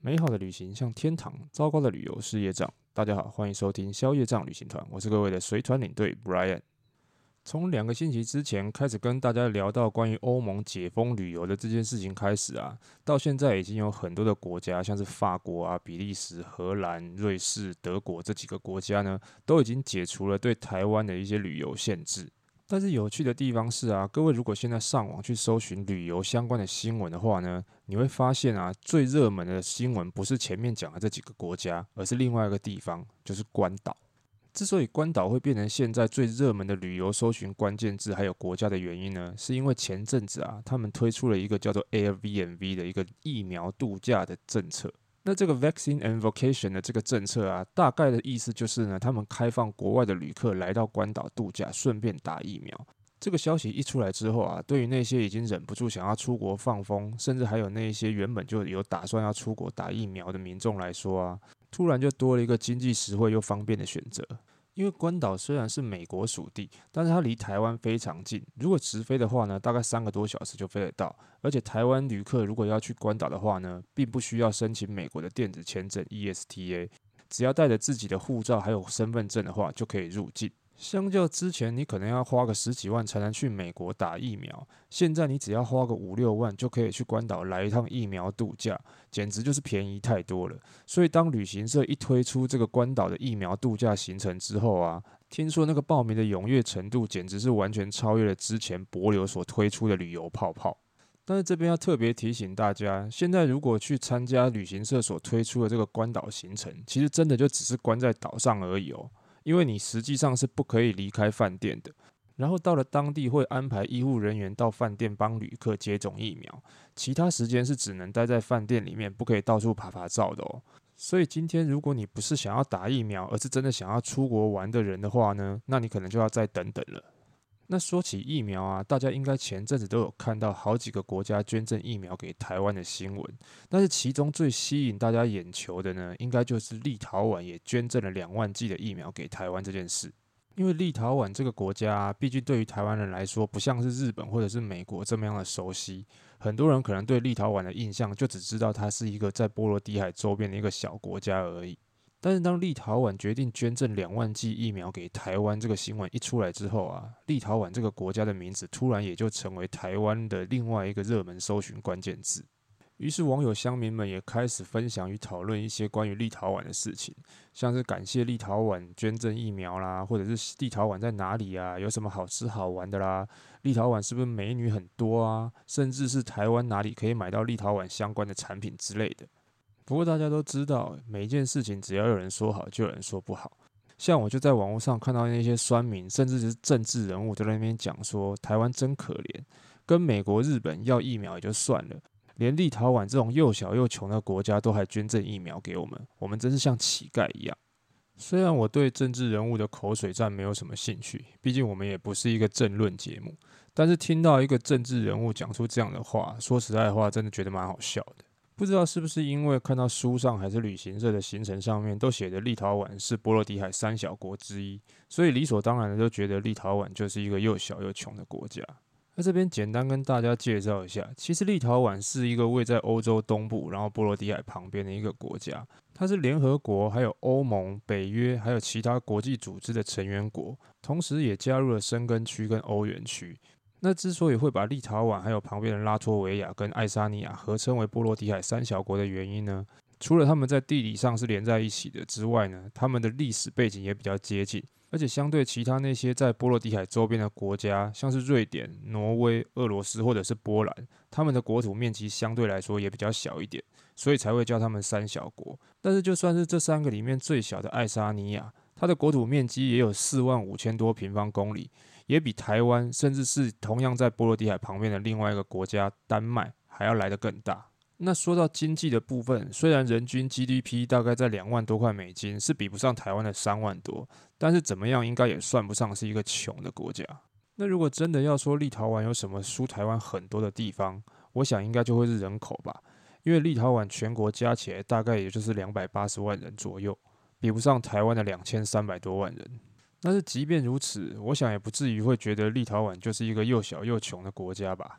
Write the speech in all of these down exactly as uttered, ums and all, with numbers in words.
美好的旅行像天堂，糟糕的旅游是业障。大家好，欢迎收听宵夜障旅行团，我是各位的随团领队 Brian。从两个星期之前开始跟大家聊到关于欧盟解封旅游的这件事情开始啊，到现在已经有很多的国家，像是法国啊、比利时、荷兰、瑞士、德国这几个国家呢，都已经解除了对台湾的一些旅游限制。但是有趣的地方是啊，各位如果现在上网去搜寻旅游相关的新闻的话呢，你会发现啊，最热门的新闻不是前面讲的这几个国家，而是另外一个地方，就是关岛。之所以关岛会变成现在最热门的旅游搜寻关键字还有国家的原因呢，是因为前阵子啊，他们推出了一个叫做 Airbnb 的一个疫苗度假的政策。那这个 Vaccine and Vacation 的这个政策啊，大概的意思就是呢，他们开放国外的旅客来到关岛度假，顺便打疫苗。这个消息一出来之后啊，对于那些已经忍不住想要出国放风，甚至还有那些原本就有打算要出国打疫苗的民众来说啊，突然就多了一个经济实惠又方便的选择。因为关岛虽然是美国属地，但是它离台湾非常近。如果直飞的话呢，大概三个多小时就飞得到。而且台湾旅客如果要去关岛的话呢，并不需要申请美国的电子签证 E S T A， 只要带着自己的护照还有身份证的话，就可以入境。相较之前，你可能要花个十几万才能去美国打疫苗，现在你只要花个五六万就可以去关岛来一趟疫苗度假，简直就是便宜太多了。所以当旅行社一推出这个关岛的疫苗度假行程之后啊，听说那个报名的踊跃程度简直是完全超越了之前帛琉所推出的旅游泡泡。但是这边要特别提醒大家，现在如果去参加旅行社所推出的这个关岛行程，其实真的就只是关在岛上而已哦。因为你实际上是不可以离开饭店的，然后到了当地会安排医护人员到饭店帮旅客接种疫苗，其他时间是只能待在饭店里面，不可以到处爬爬照的哦。所以今天如果你不是想要打疫苗，而是真的想要出国玩的人的话呢，那你可能就要再等等了。那说起疫苗啊，大家应该前阵子都有看到好几个国家捐赠疫苗给台湾的新闻，但是其中最吸引大家眼球的呢，应该就是立陶宛也捐赠了两万剂的疫苗给台湾这件事。因为立陶宛这个国家啊，毕竟对于台湾人来说，不像是日本或者是美国这么样的熟悉，很多人可能对立陶宛的印象就只知道它是一个在波罗的海周边的一个小国家而已。但是当立陶宛决定捐赠两万剂疫苗给台湾这个新闻一出来之后啊，立陶宛这个国家的名字突然也就成为台湾的另外一个热门搜寻关键字。于是网友乡民们也开始分享与讨论一些关于立陶宛的事情，像是感谢立陶宛捐赠疫苗啦，或者是立陶宛在哪里啊，有什么好吃好玩的啦，立陶宛是不是美女很多啊，甚至是台湾哪里可以买到立陶宛相关的产品之类的。不过大家都知道，每一件事情只要有人说好，就有人说不好。像我就在网络上看到那些酸民，甚至是政治人物都在那边讲说，台湾真可怜，跟美国、日本要疫苗也就算了，连立陶宛这种又小又穷的国家都还捐赠疫苗给我们，我们真是像乞丐一样。虽然我对政治人物的口水战没有什么兴趣，毕竟我们也不是一个政论节目，但是听到一个政治人物讲出这样的话，说实在话，真的觉得蛮好笑的。不知道是不是因为看到书上还是旅行社的行程上面都写着立陶宛是波罗的海三小国之一，所以理所当然的就觉得立陶宛就是一个又小又穷的国家。那这边简单跟大家介绍一下，其实立陶宛是一个位在欧洲东部，然后波罗的海旁边的一个国家，它是联合国、还有欧盟、北约还有其他国际组织的成员国，同时也加入了申根区跟欧元区。那之所以会把立陶宛还有旁边的拉脱维亚跟爱沙尼亚合称为波罗的海三小国的原因呢，除了他们在地理上是连在一起的之外呢，他们的历史背景也比较接近，而且相对其他那些在波罗的海周边的国家，像是瑞典、挪威、俄罗斯或者是波兰，他们的国土面积相对来说也比较小一点，所以才会叫他们三小国。但是就算是这三个里面最小的爱沙尼亚，它的国土面积也有四万五千多平方公里，也比台湾甚至是同样在波罗的海旁边的另外一个国家丹麦还要来得更大。那说到经济的部分，虽然人均 G D P 大概在两万多块美金，是比不上台湾的三万多，但是怎么样应该也算不上是一个穷的国家。那如果真的要说立陶宛有什么输台湾很多的地方，我想应该就会是人口吧，因为立陶宛全国加起来大概也就是两百八十万人左右，比不上台湾的两千三百多万人。但是即便如此，我想也不至于会觉得立陶宛就是一个又小又穷的国家吧。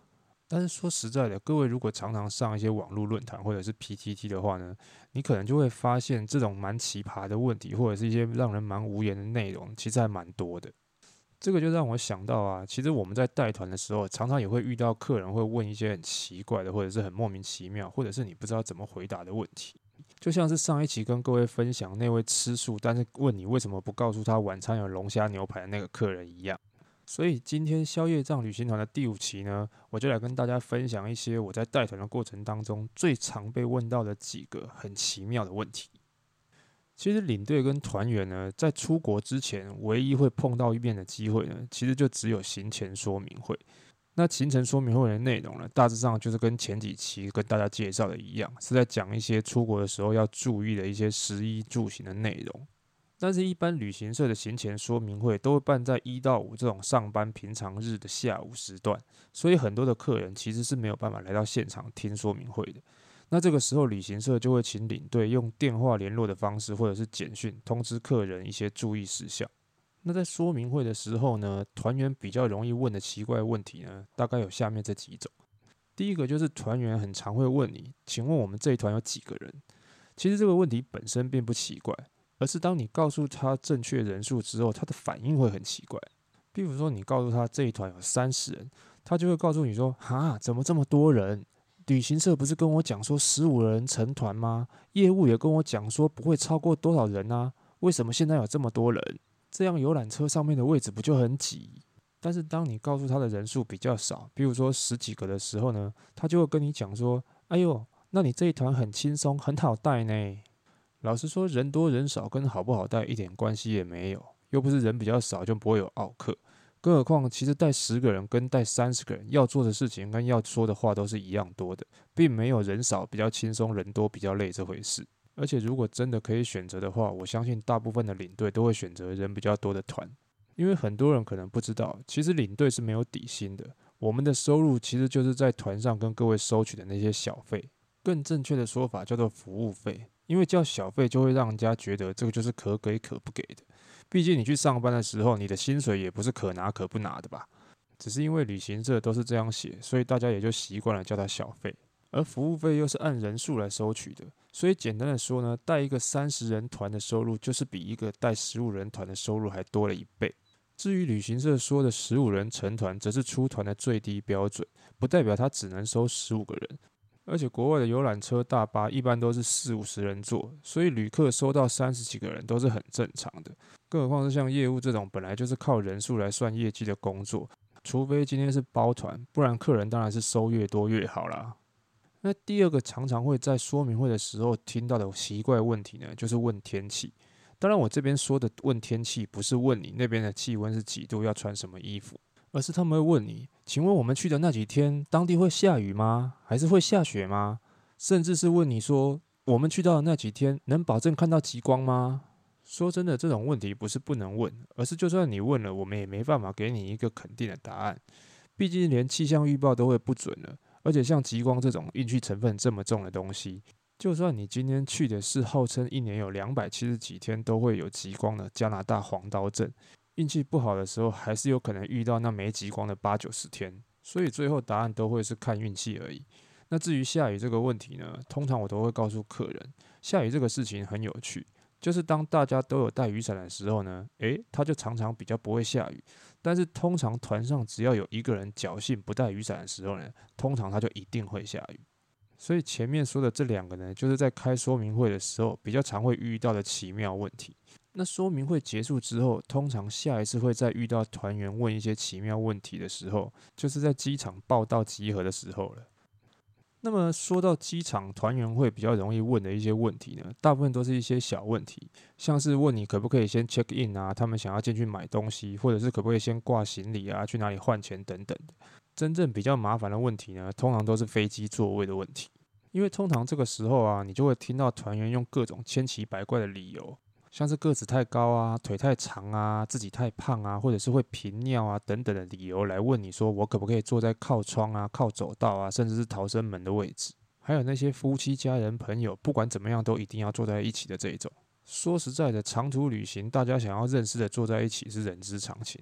但是说实在的，各位如果常常上一些网络论坛或者是 P T T 的话呢，你可能就会发现这种蛮奇葩的问题，或者是一些让人蛮无言的内容，其实还蛮多的。这个就让我想到啊，其实我们在带团的时候，常常也会遇到客人会问一些很奇怪的，或者是很莫名其妙，或者是你不知道怎么回答的问题。就像是上一期跟各位分享那位吃素，但是问你为什么不告诉他晚餐有龙虾牛排的那个客人一样。所以今天宵夜帐旅行团的第五期呢，我就来跟大家分享一些我在带团的过程当中最常被问到的几个很奇妙的问题。其实领队跟团员呢，在出国之前，唯一会碰到一面的机会呢，其实就只有行前说明会。那行程说明会的内容呢，大致上就是跟前几期跟大家介绍的一样，是在讲一些出国的时候要注意的一些食衣住行的内容。但是，一般旅行社的行前说明会都会办在一到五这种上班平常日的下午时段，所以很多的客人其实是没有办法来到现场听说明会的。那这个时候，旅行社就会请领队用电话联络的方式，或者是简讯通知客人一些注意事项。那在说明会的时候呢，团员比较容易问的奇怪问题呢，大概有下面这几种。第一个就是团员很常会问你，请问我们这一团有几个人？其实这个问题本身并不奇怪。而是当你告诉他正确人数之后，他的反应会很奇怪。比如说，你告诉他这一团有三十人，他就会告诉你说：“哈，怎么这么多人？旅行社不是跟我讲说十五人成团吗？业务也跟我讲说不会超过多少人啊？为什么现在有这么多人？这样游览车上面的位置不就很挤？”但是当你告诉他的人数比较少，比如说十几个的时候呢，他就会跟你讲说：“哎呦，那你这一团很轻松，很好带呢。”老实说，人多人少跟好不好带一点关系也没有，又不是人比较少就不会有奥客。更何况，其实带十个人跟带三十个人要做的事情跟要说的话都是一样多的，并没有人少比较轻松，人多比较累这回事。而且，如果真的可以选择的话，我相信大部分的领队都会选择人比较多的团，因为很多人可能不知道，其实领队是没有底薪的，我们的收入其实就是在团上跟各位收取的那些小费，更正确的说法叫做服务费。因为叫小费就会让人家觉得这个就是可给可不给的，毕竟你去上班的时候，你的薪水也不是可拿可不拿的吧？只是因为旅行社都是这样写，所以大家也就习惯了叫它小费。而服务费又是按人数来收取的，所以简单的说呢，带一个三十人团的收入，就是比一个带十五人团的收入还多了一倍。至于旅行社说的十五人成团，则是出团的最低标准，不代表他只能收十五个人。而且国外的游览车大巴一般都是四五十人座，所以旅客收到三十几个人都是很正常的。更何况是像业务这种本来就是靠人数来算业绩的工作，除非今天是包团，不然客人当然是收越多越好啦。那第二个常常会在说明会的时候听到的奇怪问题呢，就是问天气。当然，我这边说的问天气，不是问你那边的气温是几度，要穿什么衣服。而是他们会问你，请问我们去的那几天，当地会下雨吗？还是会下雪吗？甚至是问你说，我们去到的那几天，能保证看到极光吗？说真的，这种问题不是不能问，而是就算你问了，我们也没办法给你一个肯定的答案。毕竟连气象预报都会不准了，而且像极光这种运气成分这么重的东西，就算你今天去的是号称一年有两百七十几天都会有极光的加拿大黄刀镇，运气不好的时候，还是有可能遇到那没极光的八九十天，所以最后答案都会是看运气而已。那至于下雨这个问题呢，通常我都会告诉客人，下雨这个事情很有趣，就是当大家都有带雨伞的时候呢，诶，它就常常比较不会下雨。但是通常团上只要有一个人侥幸不带雨伞的时候呢，通常他就一定会下雨。所以前面说的这两个呢，就是在开说明会的时候比较常会遇到的奇妙问题。那说明会结束之后，通常下一次会再遇到团员问一些奇妙问题的时候，就是在机场报到集合的时候了。那么说到机场团员会比较容易问的一些问题呢，大部分都是一些小问题，像是问你可不可以先 check in 啊，他们想要进去买东西，或者是可不可以先挂行李啊，去哪里换钱等等的。真正比较麻烦的问题呢，通常都是飞机座位的问题，因为通常这个时候啊，你就会听到团员用各种千奇百怪的理由。像是个子太高啊、腿太长啊、自己太胖啊，或者是会频尿啊等等的理由来问你说，我可不可以坐在靠窗啊、靠走道啊，甚至是逃生门的位置？还有那些夫妻、家人、朋友，不管怎么样都一定要坐在一起的这一种。说实在的，长途旅行大家想要认识的坐在一起是人之常情，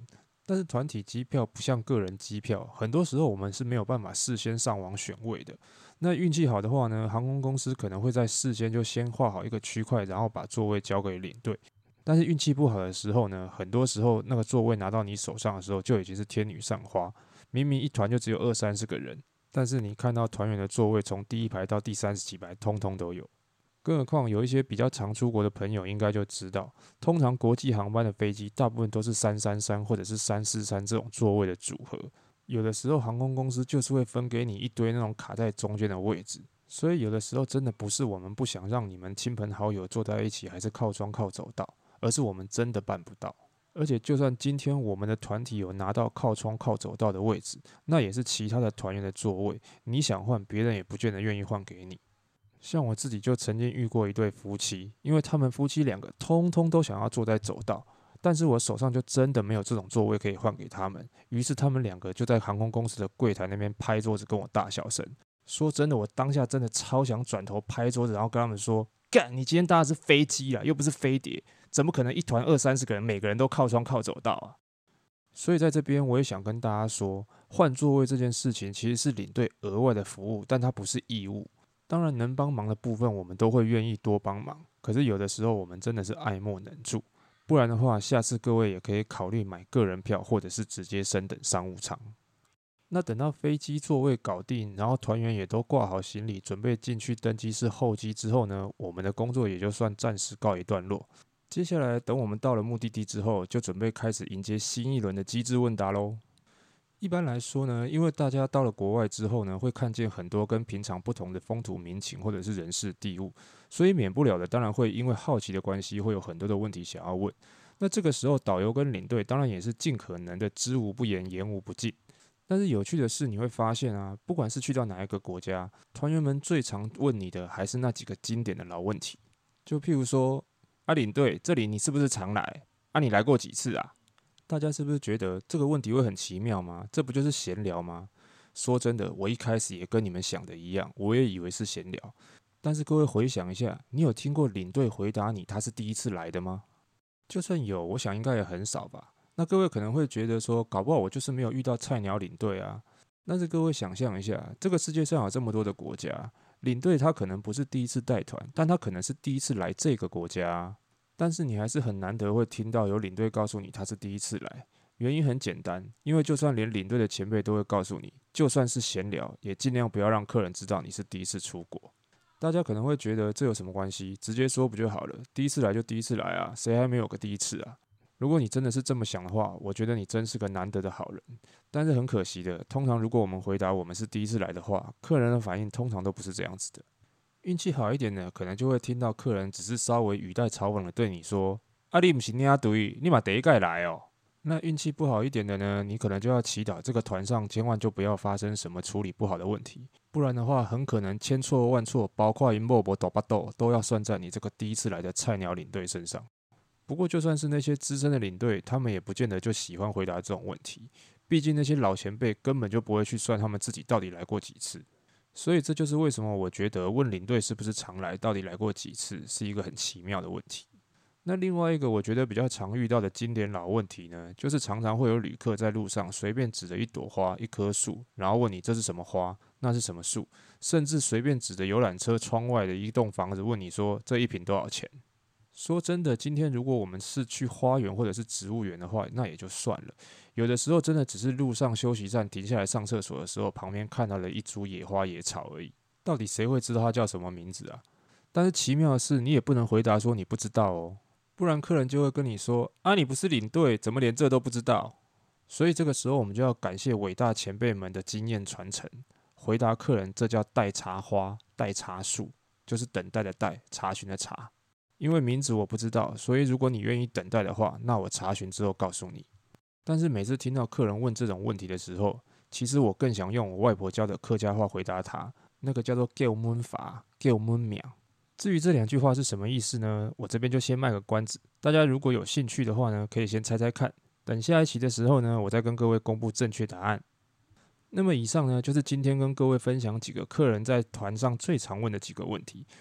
但是团体机票不像个人机票，很多时候我们是没有办法事先上网选位的。那运气好的话呢，航空公司可能会在事先就先画好一个区块，然后把座位交给领队。但是运气不好的时候呢，很多时候那个座位拿到你手上的时候，就已经是天女散花。明明一团就只有二三十个人，但是你看到团员的座位从第一排到第三十几排，通通都有。更何况有一些比较常出国的朋友应该就知道，通常国际航班的飞机大部分都是三三三或者是三四三这种座位的组合。有的时候航空公司就是会分给你一堆那种卡在中间的位置，所以有的时候真的不是我们不想让你们亲朋好友坐在一起，还是靠窗靠走道，而是我们真的办不到。而且就算今天我们的团体有拿到靠窗靠走道的位置，那也是其他的团员的座位，你想换，别人也不见得愿意换给你。像我自己就曾经遇过一对夫妻，因为他们夫妻两个通通都想要坐在走道，但是我手上就真的没有这种座位可以换给他们，于是他们两个就在航空公司的柜台那边拍桌子跟我大小声。说真的，我当下真的超想转头拍桌子，然后跟他们说：干，你今天搭的是飞机啦，又不是飞碟，怎么可能一团二三十个人，每个人都靠窗靠走道啊？所以在这边我也想跟大家说，换座位这件事情其实是领队额外的服务，但它不是义务。当然能帮忙的部分我们都会愿意多帮忙，可是有的时候我们真的是爱莫能助，不然的话下次各位也可以考虑买个人票或者是直接升等商务舱。那等到飞机座位搞定，然后团员也都挂好行李准备进去登机室候机之后呢，我们的工作也就算暂时告一段落。接下来等我们到了目的地之后，就准备开始迎接新一轮的机智问答咯。一般来说呢，因为大家到了国外之后呢，会看见很多跟平常不同的风土民情或者是人事地物，所以免不了的当然会因为好奇的关系，会有很多的问题想要问。那这个时候导游跟领队当然也是尽可能的知无不言，言无不尽。但是有趣的是，你会发现啊，不管是去到哪一个国家，团员们最常问你的还是那几个经典的老问题，就譬如说，啊领队，这里你是不是常来？啊你来过几次啊？大家是不是觉得这个问题会很奇妙吗？这不就是闲聊吗？说真的，我一开始也跟你们想的一样，我也以为是闲聊。但是各位回想一下，你有听过领队回答你他是第一次来的吗？就算有，我想应该也很少吧。那各位可能会觉得说，搞不好我就是没有遇到菜鸟领队啊。但是各位想象一下，这个世界上有这么多的国家，领队他可能不是第一次带团，但他可能是第一次来这个国家啊。但是你还是很难得会听到有领队告诉你他是第一次来，原因很简单，因为就算连领队的前辈都会告诉你，就算是闲聊，也尽量不要让客人知道你是第一次出国。大家可能会觉得这有什么关系？直接说不就好了？第一次来就第一次来啊，谁还没有个第一次啊？如果你真的是这么想的话，我觉得你真是个难得的好人。但是很可惜的，通常如果我们回答我们是第一次来的话，客人的反应通常都不是这样子的。运气好一点的，可能就会听到客人只是稍微语带嘲讽的对你说：啊，你不是领队，你嘛第一届来哦。那运气不好一点的呢，你可能就要祈祷这个团上千万就不要发生什么处理不好的问题，不然的话，很可能千错万错，包括因某某斗巴斗，都要算在你这个第一次来的菜鸟领队身上。不过，就算是那些资深的领队，他们也不见得就喜欢回答这种问题，毕竟那些老前辈根本就不会去算他们自己到底来过几次。所以这就是为什么我觉得问领队是不是常来，到底来过几次，是一个很奇妙的问题。那另外一个我觉得比较常遇到的经典老问题呢，就是常常会有旅客在路上随便指着一朵花、一棵树，然后问你这是什么花，那是什么树，甚至随便指着游览车窗外的一栋房子问你说这一坪多少钱。说真的，今天如果我们是去花园或者是植物园的话，那也就算了。有的时候真的只是路上休息站停下来上厕所的时候，旁边看到了一株野花野草而已。到底谁会知道它叫什么名字啊？但是奇妙的是，你也不能回答说你不知道哦，不然客人就会跟你说：啊，你不是领队，怎么连这都不知道？所以这个时候我们就要感谢伟大前辈们的经验传承，回答客人这叫待查花、待查树，就是等待的待，查询的查。因为名字我不知道，所以如果你愿意等待的话，那我查询之后告诉你。但是每次听到客人问这种问题的时候，其实我更想用我外婆教的客家话回答他，那个叫做 “叫门法，叫门秒”。至于这两句话是什么意思呢？我这边就先卖个关子，大家如果有兴趣的话呢，可以先猜猜看。等下一期的时候呢，我再跟各位公布正确答案。那么以上呢，就是今天跟各位分享几个客人在团上最常问的几个问题。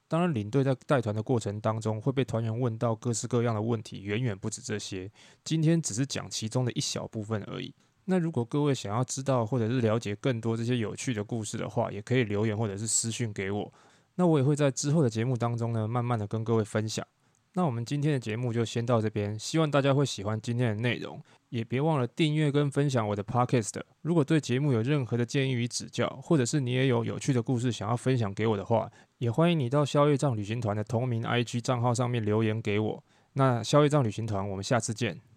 当然，领队在带团的过程当中会被团员问到各式各样的问题，远远不止这些。今天只是讲其中的一小部分而已。那如果各位想要知道或者是了解更多这些有趣的故事的话，也可以留言或者是私讯给我。那我也会在之后的节目当中呢，慢慢的跟各位分享。那我们今天的节目就先到这边，希望大家会喜欢今天的内容，也别忘了订阅跟分享我的 Podcast。如果对节目有任何的建议与指教，或者是你也有有趣的故事想要分享给我的话，也欢迎你到消业障旅行团的同名 I G 账号上面留言给我。那消业障旅行团，我们下次见。